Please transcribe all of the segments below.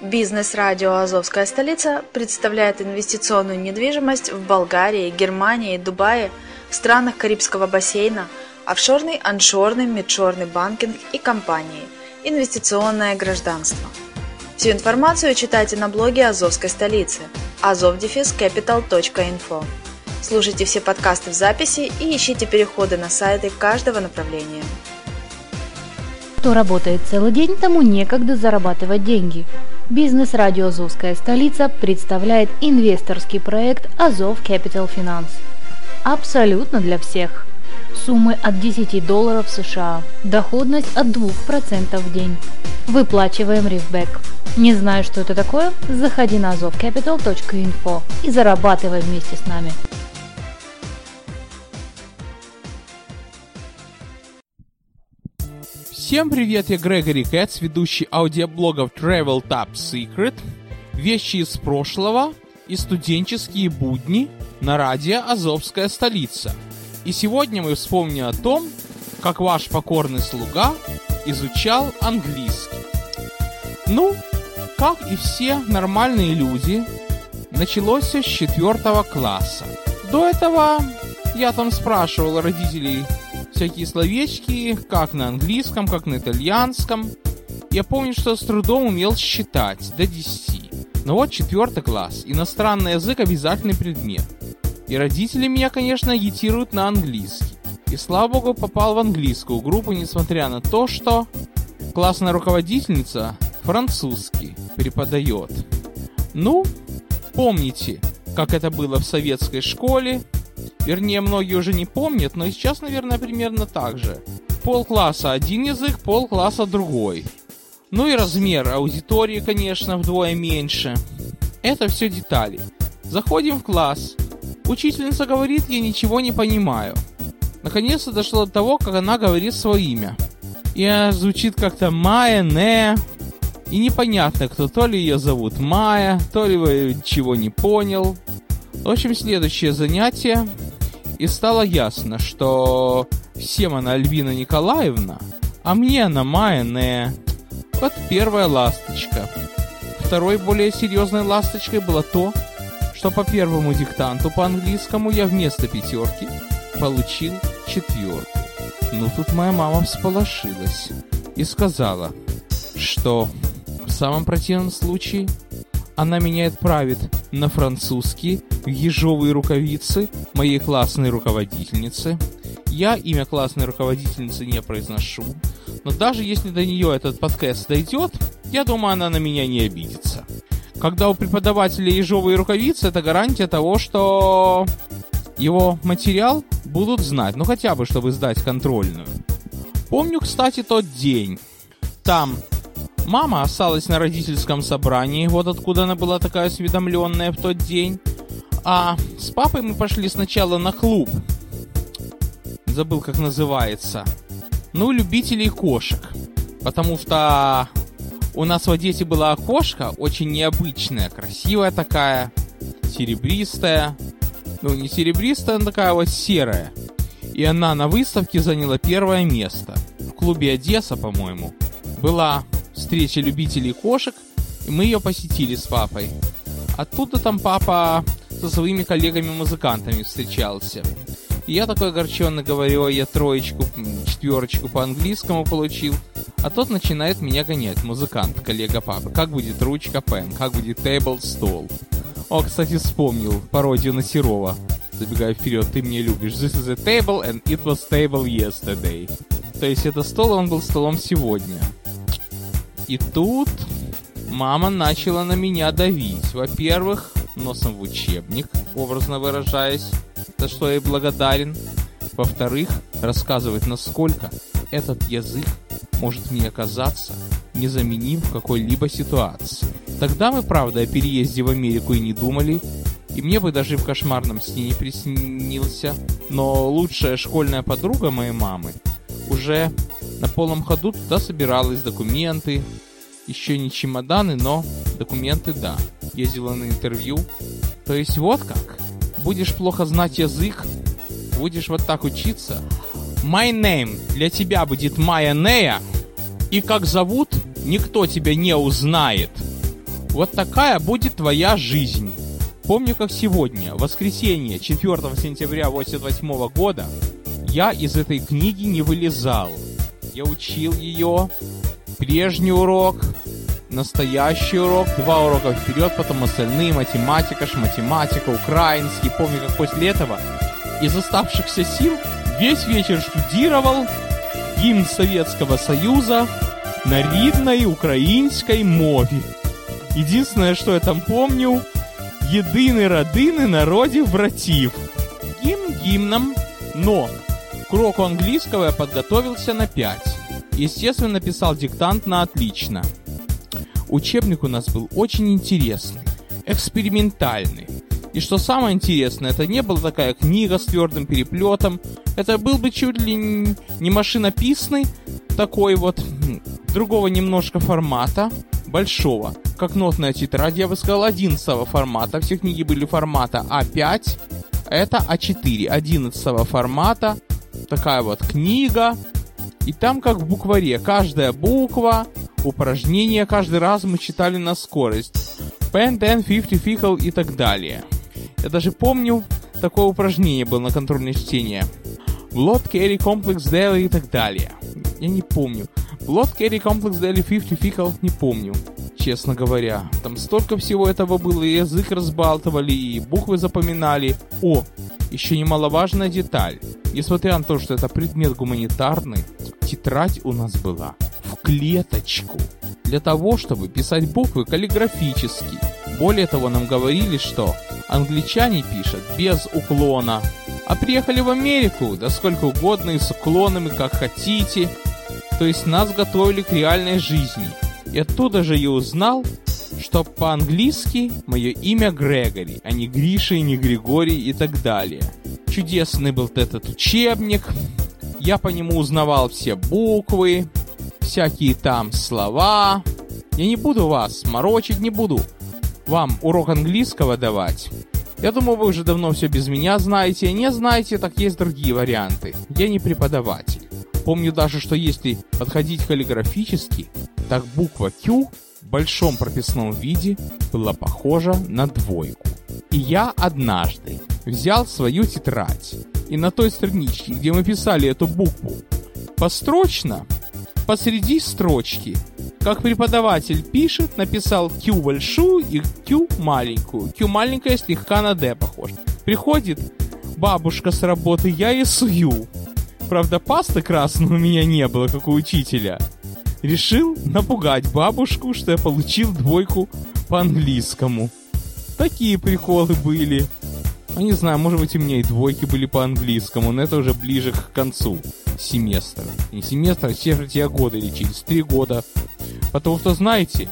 Бизнес-радио «Азовская столица» представляет инвестиционную недвижимость в Болгарии, Германии, Дубае, в странах Карибского бассейна, офшорный, аншорный, мидшорный банкинг и компании, инвестиционное гражданство. Всю информацию читайте на блоге «Азовской столицы» azov-capital.info. Слушайте все подкасты в записи и ищите переходы на сайты каждого направления. Кто работает целый день, тому некогда зарабатывать деньги. Бизнес-радио «Азовская столица» представляет инвесторский проект Azov Capital Finance. Абсолютно для всех. Суммы от $10 США. Доходность от 2% в день. Выплачиваем рифбэк. Не знаешь, что это такое? Заходи на azov-capital.info и зарабатывай вместе с нами. Всем привет, я Грегори Кэтс, ведущий аудиоблогов Travel Top Secret, вещи из прошлого и студенческие будни на радио «Азовская столица». И сегодня мы вспомним о том, как ваш покорный слуга изучал английский. Ну, как и все нормальные люди, началось все с 4 класса. До этого я там спрашивал родителей всякие словечки, как на английском, как на итальянском. Я помню, что с трудом умел считать до 10. Но вот 4 класс, иностранный язык обязательный предмет. И родители меня, конечно, агитируют на английский. И, слава богу, попал в английскую группу, несмотря на то, что классная руководительница французский преподает. Ну, помните, как это было в советской школе. Вернее, многие уже не помнят, но сейчас, наверное, примерно так же. Полкласса один язык, полкласса другой. Ну и размер аудитории, конечно, вдвое меньше. Это все детали. Заходим в класс. Учительница говорит, я ничего не понимаю. Наконец-то дошло до того, как она говорит свое имя. И звучит как-то Майя, Не. И непонятно, кто, то ли ее зовут Майя, то ли вы чего не понял. В общем, следующее занятие. И стало ясно, что всем она Альбина Николаевна, а мне она Майя Не. Вот первая ласточка. Второй, более серьезной ласточкой было то, что по первому диктанту по английскому я вместо 5 получил 4. Ну, тут моя мама всполошилась и сказала, что в самом противном случае она меня отправит на французский в ежовые рукавицы моей классной руководительницы. Я имя классной руководительницы не произношу, но даже если до нее этот подкаст дойдет, я думаю, она на меня не обидится. Когда у преподавателя ежовые рукавицы, это гарантия того, что его материал будут знать, ну хотя бы, чтобы сдать контрольную. Помню, кстати, тот день. Там мама осталась на родительском собрании, вот откуда она была такая осведомленная в тот день. А с папой мы пошли сначала на клуб. Забыл, как называется. Ну, любителей кошек. Потому что у нас в Одессе была кошка, очень необычная, красивая такая, серебристая. Ну, не серебристая, она такая вот серая. И она на выставке заняла 1 место. В клубе Одесса, по-моему, была встреча любителей кошек, и мы ее посетили с папой. Оттуда там папа со своими коллегами-музыкантами встречался. И я такой огорченно говорю, я 3, 4 по английскому получил. А тот начинает меня гонять, музыкант, коллега папы. Как будет ручка, пен, как будет table, стол. О, кстати, вспомнил пародию на Серова. Забегая вперед, ты меня любишь. This is a table and it was table yesterday. То есть это стол, он был столом сегодня. И тут мама начала на меня давить. Во-первых, носом в учебник, образно выражаясь, за что я ей благодарен. Во-вторых, рассказывать, насколько этот язык может мне оказаться незаменим в какой-либо ситуации. Тогда мы, правда, о переезде в Америку и не думали, и мне бы даже в кошмарном сне не приснился. Но лучшая школьная подруга моей мамы уже на полном ходу туда собиралась, документы, еще не чемоданы, но документы, да. Ездила на интервью. То есть вот как. Будешь плохо знать язык, будешь вот так учиться. My name для тебя будет Майя Нея, и как зовут, никто тебя не узнает. Вот такая будет твоя жизнь. Помню, как сегодня, воскресенье, 4 сентября 1988 года, я из этой книги не вылезал. Я учил ее, прежний урок, настоящий урок, 2 урока вперед, потом остальные, математика, шматематика, украинский. Помню, как после этого из оставшихся сил весь вечер штудировал гимн Советского Союза на рідній українській мові. Единственное, что я там помню, єдині родини народів братів. Гимн гимном, но к уроку английского я подготовился на 5. Естественно, написал диктант на отлично. Учебник у нас был очень интересный, экспериментальный. И что самое интересное, это не была такая книга с твердым переплетом. Это был бы чуть ли не машинописный, такой вот, другого немножко формата, большого. Как нотная тетрадь, я бы сказал, 11 формата. Все книги были формата А5, это А4, 11 формата. Такая вот книга. И там как в букваре, каждая буква, упражнения, каждый раз мы читали на скорость. Pen, 10, 50, fickle и так далее. Я даже помню, такое упражнение было на контрольное чтение. Blood Carry Complex Daily и так далее. Я не помню. Blood Carry Complex Daily 50 fickle не помню, честно говоря. Там столько всего этого было, и язык разбалтывали, и буквы запоминали. О, еще немаловажная деталь. Несмотря на то, что это предмет гуманитарный, тетрадь у нас была в клеточку. Для того, чтобы писать буквы каллиграфически. Более того, нам говорили, что англичане пишут без уклона. А приехали в Америку, да сколько угодно, и с уклонами, как хотите. То есть нас готовили к реальной жизни. И оттуда же я узнал, что по-английски мое имя Грегори, а не Гриша и не Григорий и так далее. Чудесный был этот учебник. Я по нему узнавал все буквы, всякие там слова. Я не буду вас морочить, не буду вам урок английского давать. Я думаю, вы уже давно все без меня знаете. Не знаете, так есть другие варианты. Я не преподаватель. Помню даже, что если подходить каллиграфически, так буква Q в большом прописном виде была похожа на 2. И я однажды взял свою тетрадь и на той страничке, где мы писали эту букву, построчно, посреди строчки, как преподаватель пишет, написал Q большую и Q маленькую. Q маленькая слегка на D похожа. Приходит бабушка с работы, я ей сую. Правда, пасты красной у меня не было, как у учителя. Решил напугать бабушку, что я получил 2 по английскому. Такие приколы были. Я не знаю, может быть, у меня и 2 были по английскому, но это уже ближе к концу семестра. Не семестра, а четверть года или через 3 года. Потому что, знаете,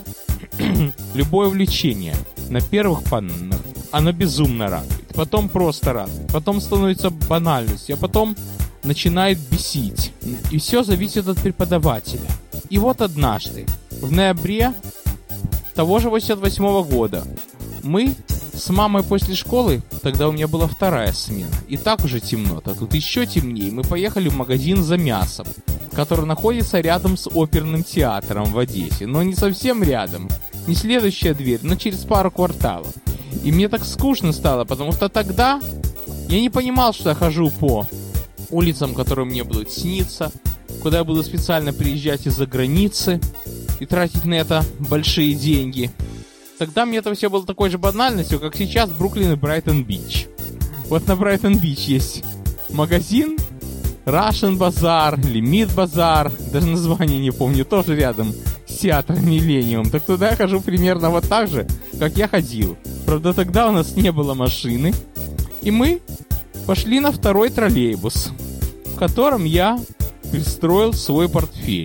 любое влечение на первых планах, оно безумно радует. Потом просто радует. Потом становится банальностью, а потом начинает бесить. И все зависит от преподавателя. И вот однажды, в ноябре того же 88 года, мы с мамой после школы, тогда у меня была 2 смена, и так уже темно, а тут еще темнее, мы поехали в магазин за мясом, который находится рядом с оперным театром в Одессе, но не совсем рядом, не следующая дверь, но через пару кварталов. И мне так скучно стало, потому что тогда я не понимал, что я хожу по улицам, которые мне будут сниться, куда я буду специально приезжать из-за границы и тратить на это большие деньги. Тогда мне это все было такой же банальностью, как сейчас Бруклин и Брайтон-Бич. Вот на Брайтон-Бич есть магазин Russian Bazaar, Limit Bazaar, даже название не помню, тоже рядом с театром Миллениум. Так туда я хожу примерно вот так же, как я ходил. Правда, тогда у нас не было машины, и мы пошли на 2 троллейбус, в котором я пристроил свой портфель.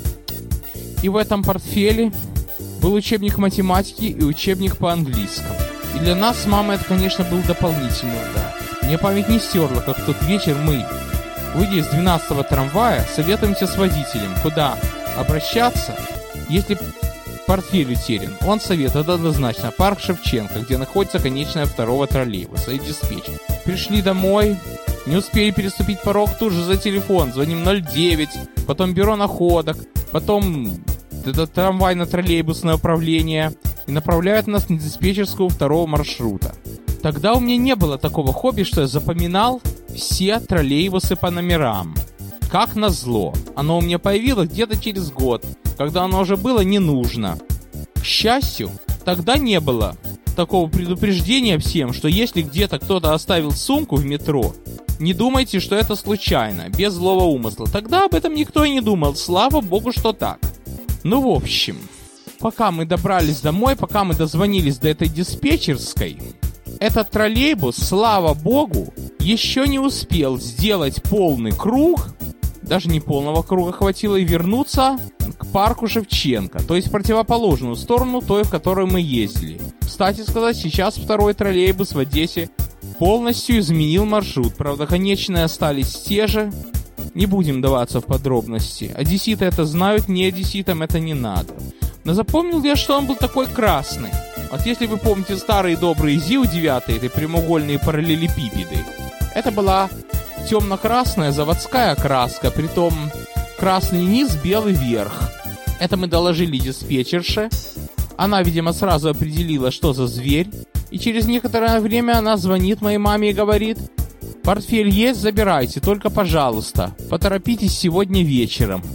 И в этом портфеле был учебник математики и учебник по английскому. И для нас с мамой это, конечно, был дополнительный удар. Мне память не стерла, как в тот вечер мы, выйдя из 12-го трамвая, советуемся с водителем, куда обращаться, если портфель утерян. Он советует однозначно парк Шевченко, где находится конечная 2-го троллейбуса и диспетчер. Пришли домой, не успели переступить порог, тут же за телефон, звоним 09, потом бюро находок, потом это трамвайно-троллейбусное управление, и направляют нас на диспетчерскую второго маршрута. Тогда у меня не было такого хобби, что я запоминал все троллейбусы по номерам. Как назло, оно у меня появилось где-то через год, когда оно уже было не нужно. К счастью, тогда не было такого предупреждения всем, что если где-то кто-то оставил сумку в метро, не думайте, что это случайно, без злого умысла. Тогда об этом никто и не думал, слава богу, что так. Ну, в общем, пока мы добрались домой, пока мы дозвонились до этой диспетчерской, этот троллейбус, слава богу, еще не успел сделать полный круг, даже не полного круга хватило, и вернуться к парку Шевченко, то есть в противоположную сторону той, в которой мы ездили. Кстати сказать, сейчас второй троллейбус в Одессе полностью изменил маршрут, правда, конечные остались те же. Не будем даваться в подробности. Одесситы это знают, не одесситам это не надо. Но запомнил я, что он был такой красный. Вот если вы помните старые добрые ЗИЛ-9, это прямоугольные параллелепипеды, это была темно-красная заводская краска, притом красный низ, белый верх. Это мы доложили диспетчерше. Она, видимо, сразу определила, что за зверь. И через некоторое время она звонит моей маме и говорит: «Портфель есть, забирайте, только, пожалуйста, поторопитесь сегодня вечером».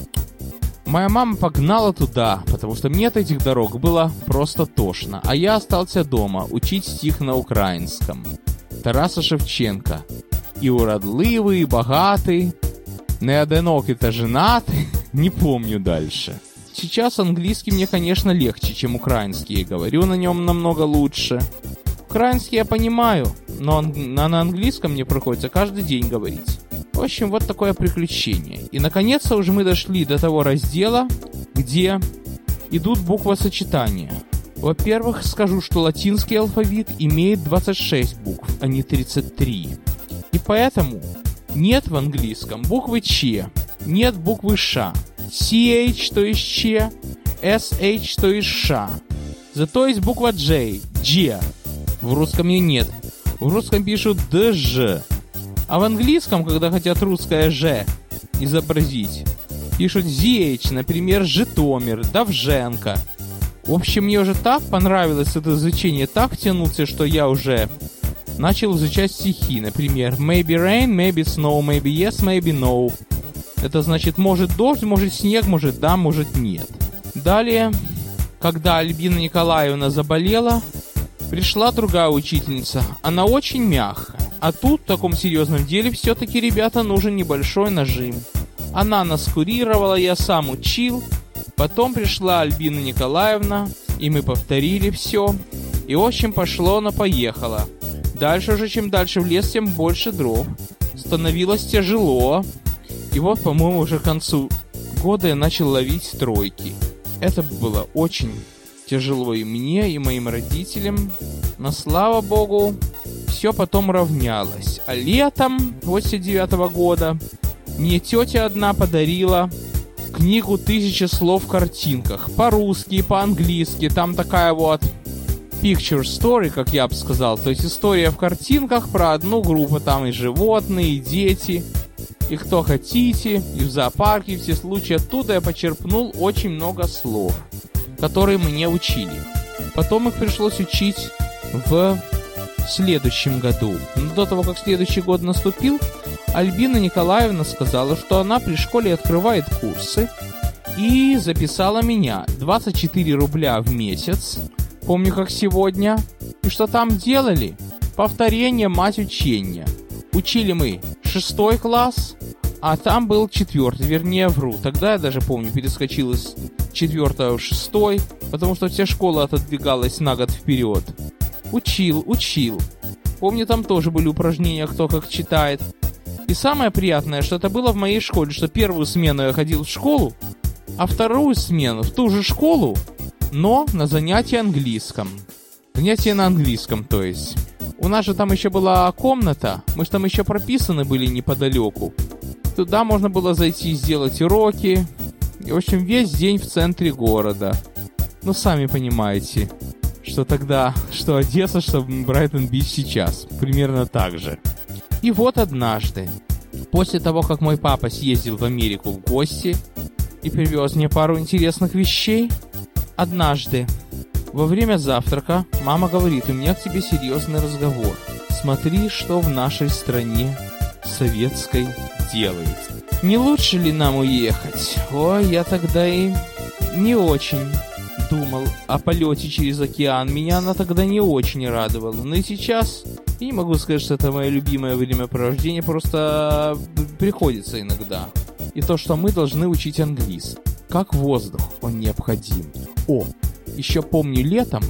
Моя мама погнала туда, потому что мне от этих дорог было просто тошно, а я остался дома учить стих на украинском. Тараса Шевченка. «И уродливый, и богатый, не одинокий та женатый». Не помню дальше. Сейчас английский мне, конечно, легче, чем украинский. Я говорю на нем намного лучше. Украинский я понимаю, но на английском мне приходится каждый день говорить. В общем, вот такое приключение. И, наконец-то, уже мы дошли до того раздела, где идут буквосочетания. Во-первых, скажу, что латинский алфавит имеет 26 букв, а не 33. И поэтому нет в английском буквы Ч, нет буквы Ш. CH, то есть Ч, SH, то есть Ш. Зато есть буква J, G. В русском ее нет. В русском пишут ДЖ. А в английском, когда хотят русское Ж изобразить, пишут ZH, например, Житомир, Довженко. В общем, мне уже так понравилось это изучение, так тянуться, что я уже начал изучать стихи. Например, maybe rain, maybe snow, maybe yes, maybe no. Это значит, может дождь, может снег, может да, может нет. Далее, когда Альбина Николаевна заболела, пришла другая учительница. Она очень мягкая. А тут, в таком серьезном деле, все-таки, ребята, нужен небольшой нажим. Она нас курировала, я сам учил. Потом пришла Альбина Николаевна, и мы повторили все. И, в общем, пошло-поехало. Дальше уже, чем дальше в лес, тем больше дров. Становилось тяжело. И вот, по-моему, уже к концу года я начал ловить тройки. Это было очень тяжело и мне, и моим родителям. Но, слава богу, все потом равнялось. А летом 89 года мне тетя одна подарила книгу «1000 слов в картинках». По-русски и по-английски. Там такая вот picture story, как я бы сказал. То есть история в картинках про одну группу. Там и животные, и дети, и кто хотите, и в зоопарке, и все случаи. Оттуда я почерпнул очень много слов, которые мне учили. Потом их пришлось учить в следующем году. Но до того, как следующий год наступил, Альбина Николаевна сказала, что она при школе открывает курсы, и записала меня 24 рубля в месяц, помню как сегодня. И что там делали? Повторение, мать учения. Учили мы 6 класс, а там был 4, вернее, вру. Тогда я даже помню, перескочил из 4 в 6, потому что вся школа отодвигалась на год вперед. Учил. Помню, там тоже были упражнения, кто как читает. И самое приятное, что это было в моей школе, что первую смену я ходил в школу, а вторую смену в ту же школу, но на занятия английском. Занятия на английском, то есть. У нас же там еще была комната, мы же там еще прописаны были неподалеку. Туда можно было зайти и сделать уроки. И, в общем, весь день в центре города. Ну, сами понимаете, что тогда, что Одесса, что Брайтон-Бич сейчас. Примерно так же. И вот однажды, после того, как мой папа съездил в Америку в гости и привез мне пару интересных вещей, однажды Во время завтрака мама говорит: у меня к тебе серьезный разговор. Смотри, что в нашей стране советской делается. Не лучше ли нам уехать? Ой, я тогда и не очень думал о полете через океан. Меня она тогда не очень радовала. Но и сейчас я не могу сказать, что это мое любимое времяпровождение, просто приходится иногда. И то, что мы должны учить английский. Как воздух, он необходим. О, еще помню летом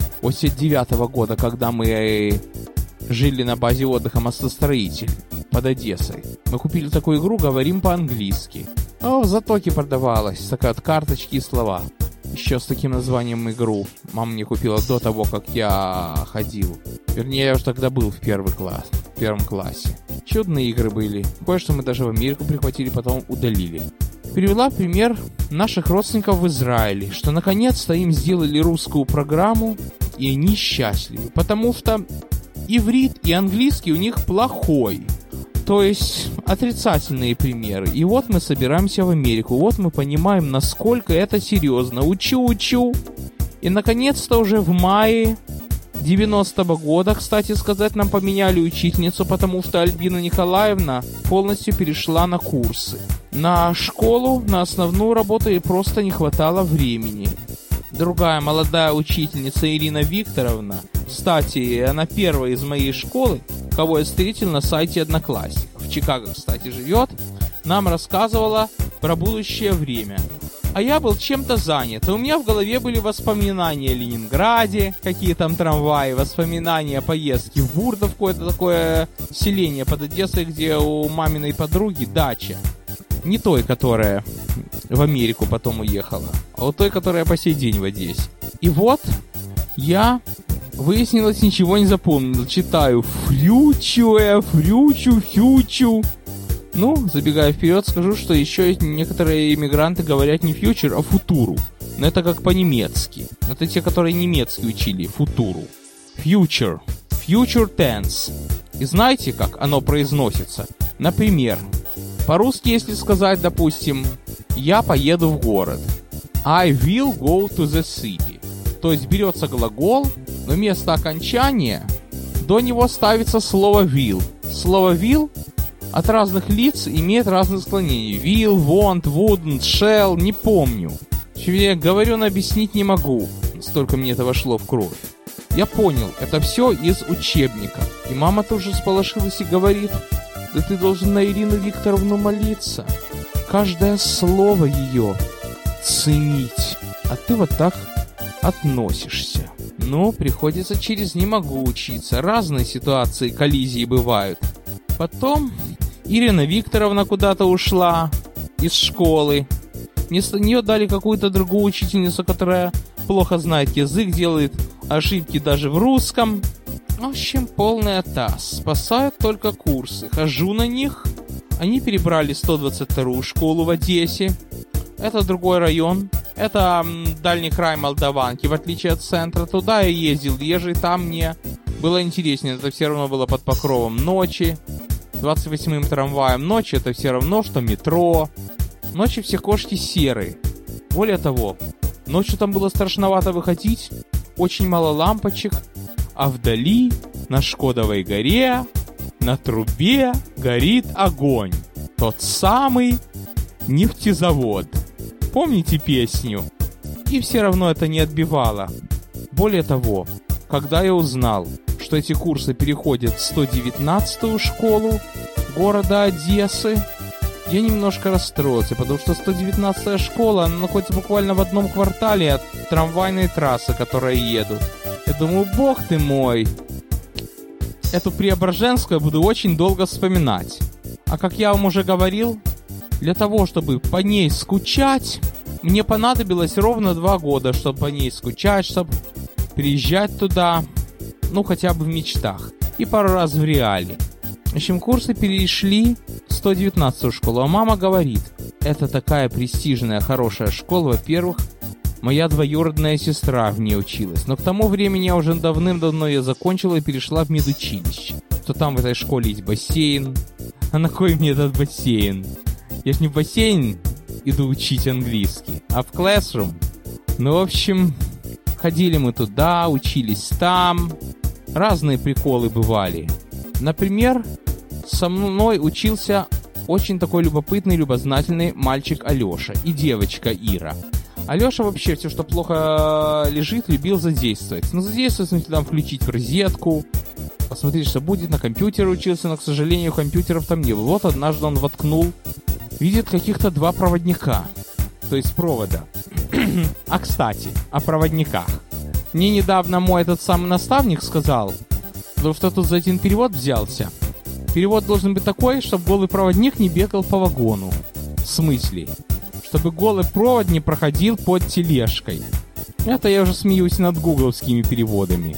89 года, когда мы жили на базе отдыха «Мостостроитель» под Одессой. Мы купили такую игру «Говорим по-английски». В Затоке продавалась такая вот карточки и слова. Еще с таким названием игру мама мне купила до того, как я ходил. Вернее, я уже тогда был в первом классе. Чудные игры были. Кое-что мы даже в Америку прихватили, потом удалили. Привела пример наших родственников в Израиле, что наконец-то им сделали русскую программу, и они счастливы, потому что иврит и английский у них плохой. То есть отрицательные примеры. И вот мы собираемся в Америку. Вот мы понимаем, насколько это серьезно. Учу. И наконец-то уже в мае 90-го года, кстати сказать, нам поменяли учительницу, потому что Альбина Николаевна полностью перешла на курсы. На школу, на основную работу ей просто не хватало времени. Другая молодая учительница Ирина Викторовна, кстати, она первая из моей школы, кого я встретил на сайте Одноклассников. В Чикаго, кстати, живет. Нам рассказывала про будущее время. А я был чем-то занят. И у меня в голове были воспоминания о Ленинграде, какие там трамваи, воспоминания о поездке в Бурдовку, это такое селение под Одессой, где у маминой подруги дача. Не той, которая в Америку потом уехала, а у той, которая по сей день в Одессе. И вот я... Выяснилось, ничего не запомнил. Читаю фрючу. Ну, забегая вперед, скажу, что еще некоторые иммигранты говорят не фьючер, а футуру. Но это как по-немецки. Это те, которые немецкий учили, футуру. Future tense. И знаете, как оно произносится? Например, по-русски, если сказать, допустим, я поеду в город. I will go to the city. То есть берется глагол, но вместо окончания до него ставится слово will. Слово will от разных лиц имеет разные склонения. Will, want, wouldn't, shall, не помню. Я говорю, но объяснить не могу. Столько мне это вошло в кровь. Я понял, это все из учебника. И мама тоже сполошилась и говорит: да ты должен на Ирину Викторовну молиться. Каждое слово ее ценить. А ты вот так относишься. Ну, приходится через «не могу» учиться. Разные ситуации, коллизии бывают. Потом Ирина Викторовна куда-то ушла из школы. Вместо нее дали какую-то другую учительницу, которая плохо знает язык, делает ошибки даже в русском. В общем, полный атас. Спасают только курсы. Хожу на них. Они перебрали 122-ю школу в Одессе. Это другой район. Это дальний край Молдаванки, в отличие от центра. Туда я ездил реже, и там мне было интереснее. Это все равно было под покровом ночи. 28-м трамваем ночи это все равно, что метро. Ночью все кошки серые. Более того, ночью там было страшновато выходить. Очень мало лампочек. А вдали, на Шкодовой горе, на трубе горит огонь. Тот самый нефтезавод. Помните песню? И все равно это не отбивало. Более того, когда я узнал, что эти курсы переходят в 119-ю школу города Одессы, я немножко расстроился, потому что 119-я школа, она находится буквально в одном квартале от трамвайной трассы, которой я еду. Я думаю, бог ты мой, эту Преображенскую я буду очень долго вспоминать. А как я вам уже говорил, для того, чтобы по ней скучать, мне понадобилось ровно 2 года, чтобы по ней скучать, чтобы приезжать туда, ну хотя бы в мечтах, и пару раз в реале. В общем, курсы перешли в 119-ю школу, а мама говорит, это такая престижная, хорошая школа, во-первых, моя двоюродная сестра в ней училась, но к тому времени я уже давным-давно ее закончила и перешла в медучилище. Что там в этой школе есть бассейн, а на кой мне этот бассейн? Я ж не в бассейн иду учить английский, а в classroom. Ну, в общем, Ходили мы туда, учились там. Разные приколы бывали. Например, со мной учился очень такой любопытный, любознательный мальчик Алеша и девочка Ира. Алеша вообще все, что плохо лежит, любил задействовать. Но задействовать, в смысле, там включить в розетку, посмотреть, что будет. На компьютере учился, но, к сожалению, компьютеров там не было. Вот однажды он воткнул, видит каких-то 2 проводника, то есть провода. А, кстати, о проводниках. Мне недавно мой этот самый наставник сказал, что тут за один перевод взялся. Перевод должен быть такой, чтобы голый проводник не бегал по вагону. В смысле? Чтобы голый провод не проходил под тележкой. Это я уже смеюсь над гугловскими переводами.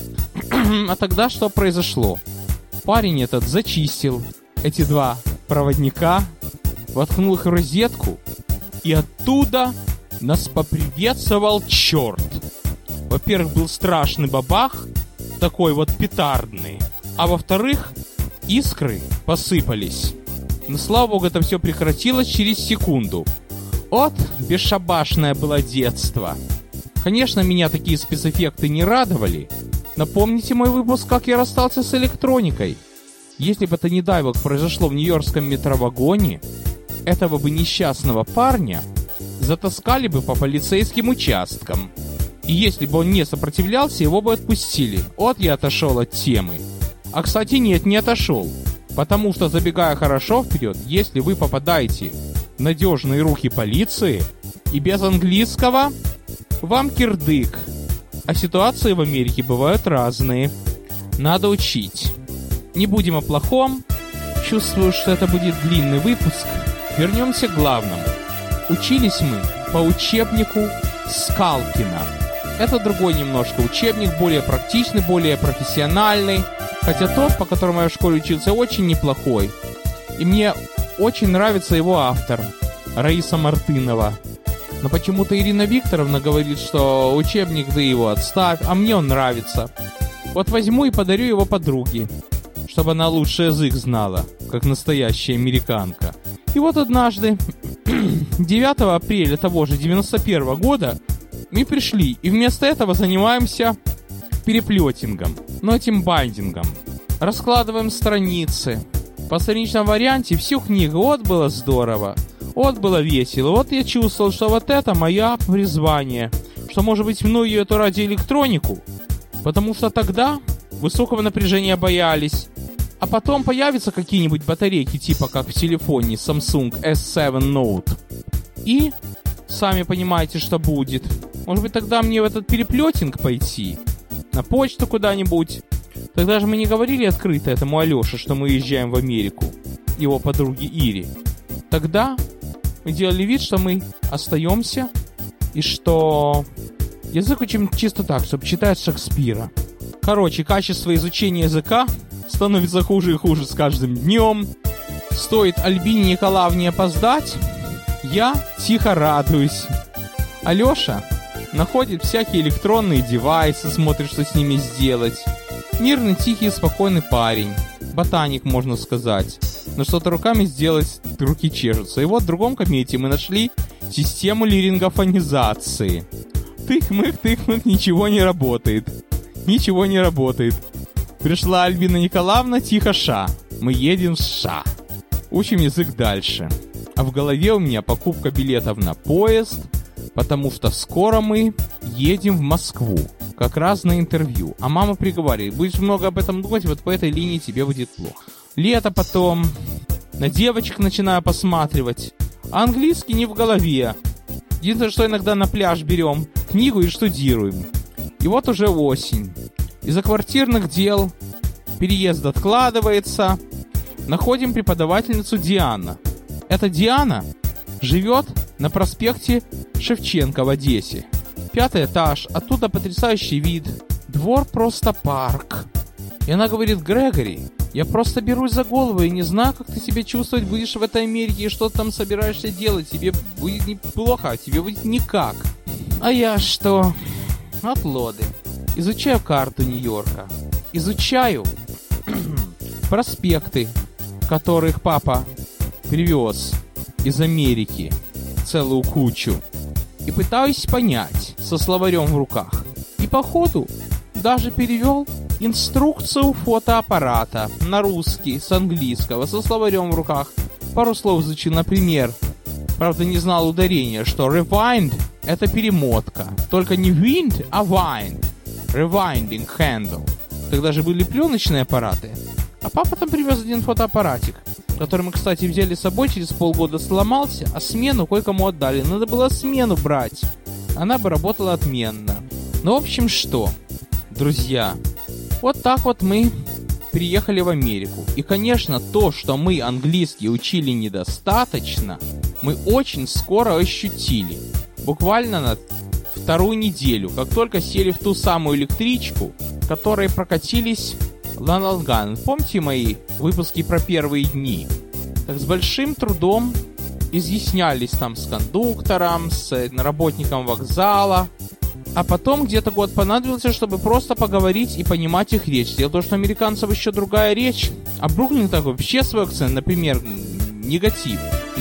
А тогда что произошло? Парень этот зачистил эти 2 проводника, воткнул их в розетку, и оттуда нас поприветствовал черт. Во-первых, был страшный бабах, такой вот петардный. А во-вторых, искры посыпались. Но, слава богу, это все прекратилось через секунду. Вот бесшабашное было детство. Конечно, меня такие спецэффекты не радовали. Напомните мой выпуск, как я расстался с электроникой. Если бы это, не дай бог, произошло в нью-йоркском метровагоне, этого бы несчастного парня затаскали бы по полицейским участкам. И если бы он не сопротивлялся, его бы отпустили. Вот я отошел от темы. А, кстати, нет, не отошел. Потому что, забегая хорошо вперед, если вы попадаете в надежные руки полиции и без английского, вам кирдык. А ситуации в Америке бывают разные. Надо учить. Не будем о плохом. Чувствую, что это будет длинный выпуск. Вернемся к главному. Учились мы по учебнику Скалкина. Это другой немножко учебник, более практичный, более профессиональный. Хотя тот, по которому я в школе учился, очень неплохой. И мне очень нравится его автор, Раиса Мартынова. Но почему-то Ирина Викторовна говорит, что учебник, да его отставь, а мне он нравится. Вот возьму и подарю его подруге, чтобы она лучше язык знала, как настоящая американка. И вот однажды, 9 апреля того же 91 года, мы пришли и вместо этого занимаемся переплетингом, но этим байдингом. Раскладываем страницы. По страничном варианте всю книгу. Вот было здорово. Вот было весело. Вот я чувствовал, что вот это мое призвание. Что, может быть, мною эту радиоэлектронику. Потому что тогда высокого напряжения боялись. А потом появятся какие-нибудь батарейки, типа как в телефоне Samsung S7 Note. И сами понимаете, что будет. Может быть, тогда мне в этот переплетинг пойти? На почту куда-нибудь? Тогда же мы не говорили открыто этому Алёше, что мы уезжаем в Америку, его подруге Ире. Тогда мы делали вид, что мы остаемся, и что язык учим чисто так, чтобы читать Шекспира. Короче, качество изучения языка становится хуже и хуже с каждым днем. Стоит Альбине Николаевне опоздать, я тихо радуюсь. Алёша находит всякие электронные девайсы, смотрит, что с ними сделать. Мирный, тихий, спокойный парень. Ботаник, можно сказать. Но что-то руками сделать, руки чешутся. И вот в другом кабинете мы нашли систему лирингофонизации. Тык-мык, ничего не работает. Ничего не работает. Пришла Альбина Николаевна, тихо ша. Мы едем в США. Учим язык дальше. А в голове у меня покупка билетов на поезд, потому что скоро мы едем в Москву, как раз на интервью. А мама приговаривает, будешь много об этом думать, вот по этой линии тебе будет плохо. Лето потом, на девочек начинаю посматривать, а английский не в голове. Единственное, что иногда на пляж берем книгу и штудируем. И вот уже осень. Из-за квартирных дел переезд откладывается. Находим преподавательницу Диана. Эта Диана живет на проспекте Шевченко в Одессе. 5-й этаж, оттуда потрясающий вид. Двор просто парк. И она говорит: Грегори, я просто берусь за голову и не знаю, как ты себя чувствовать будешь в этой Америке и что ты там собираешься делать. Тебе будет неплохо, а тебе будет никак. А я что? От лоды. Изучаю карту Нью-Йорка. Изучаю проспекты, которых папа привез из Америки целую кучу. И пытаюсь понять со словарем в руках. И по ходу даже перевел инструкцию фотоаппарата на русский с английского со словарем в руках. Пару слов изучил, например. Правда, не знал ударения, что rewind — это перемотка. Только не wind, а wind. Rewinding handle. Тогда же были пленочные аппараты. А папа там привез один фотоаппаратик, который мы, кстати, взяли с собой, через полгода сломался, а смену кое-кому отдали. Надо было смену брать. Она бы работала отменно. Ну, в общем, что, друзья, вот так вот мы приехали в Америку. И, конечно, то, что мы английский учили недостаточно, мы очень скоро ощутили. Буквально на вторую неделю, как только сели в ту самую электричку, которой прокатились на Лонган. Помните мои выпуски про первые дни? Так с большим трудом изъяснялись там с кондуктором, с работником вокзала. А потом где-то год понадобился, чтобы просто поговорить и понимать их речь. Дело в том, что у американцев еще другая речь. А Бруклин так вообще свой акцент, например, негатив.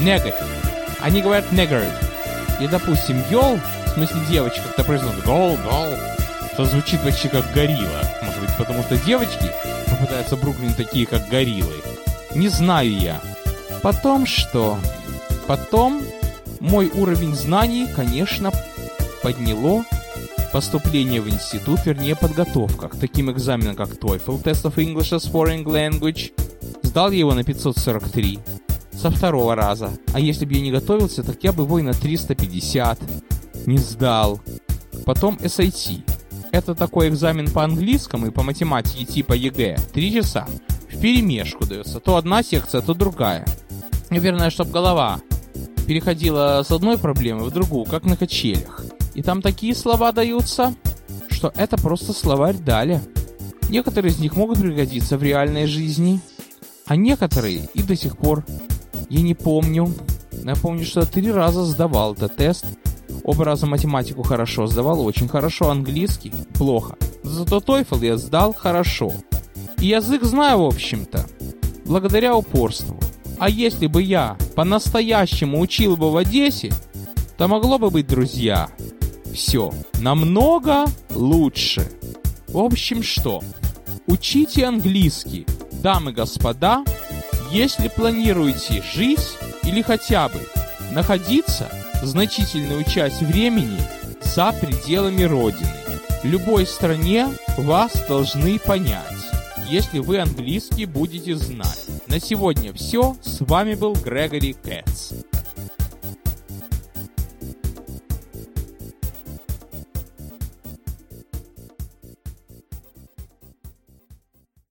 Они говорят negative. И, допустим, йол, в смысле девочка, как-то произносит гол, что звучит почти как горилла. Может быть, потому что девочки попытаются в Бруклине такие, как гориллы. Не знаю я. Потом что? Потом мой уровень знаний, конечно, подняло поступление в институт, вернее, подготовка к таким экзаменам, как TOEFL, Test of English as Foreign Language. Сдал я его на 543 со второго раза. А если бы я не готовился, так я бы его и на 350 не сдал. Потом SAT. Это такой экзамен по английскому и по математике типа ЕГЭ. 3 часа. Вперемешку дается. То одна секция, то другая. Наверное, чтобы голова переходила с одной проблемы в другую, как на качелях. И там такие слова даются, что это просто словарь дали. Некоторые из них могут пригодиться в реальной жизни, а некоторые и до сих пор я не помню. Но я помню, что 3 раза сдавал этот тест. Оба раза математику хорошо сдавал, очень хорошо, английский плохо. Зато TOEFL я сдал хорошо. И язык знаю, в общем-то, благодаря упорству. А если бы я по-настоящему учил бы в Одессе, то могло бы быть, друзья, все намного лучше. В общем, что? Учите английский, дамы и господа, если планируете жить или хотя бы находиться значительную часть времени за пределами Родины. В любой стране вас должны понять, если вы английский будете знать. На сегодня все. С вами был Грегори Кэтс.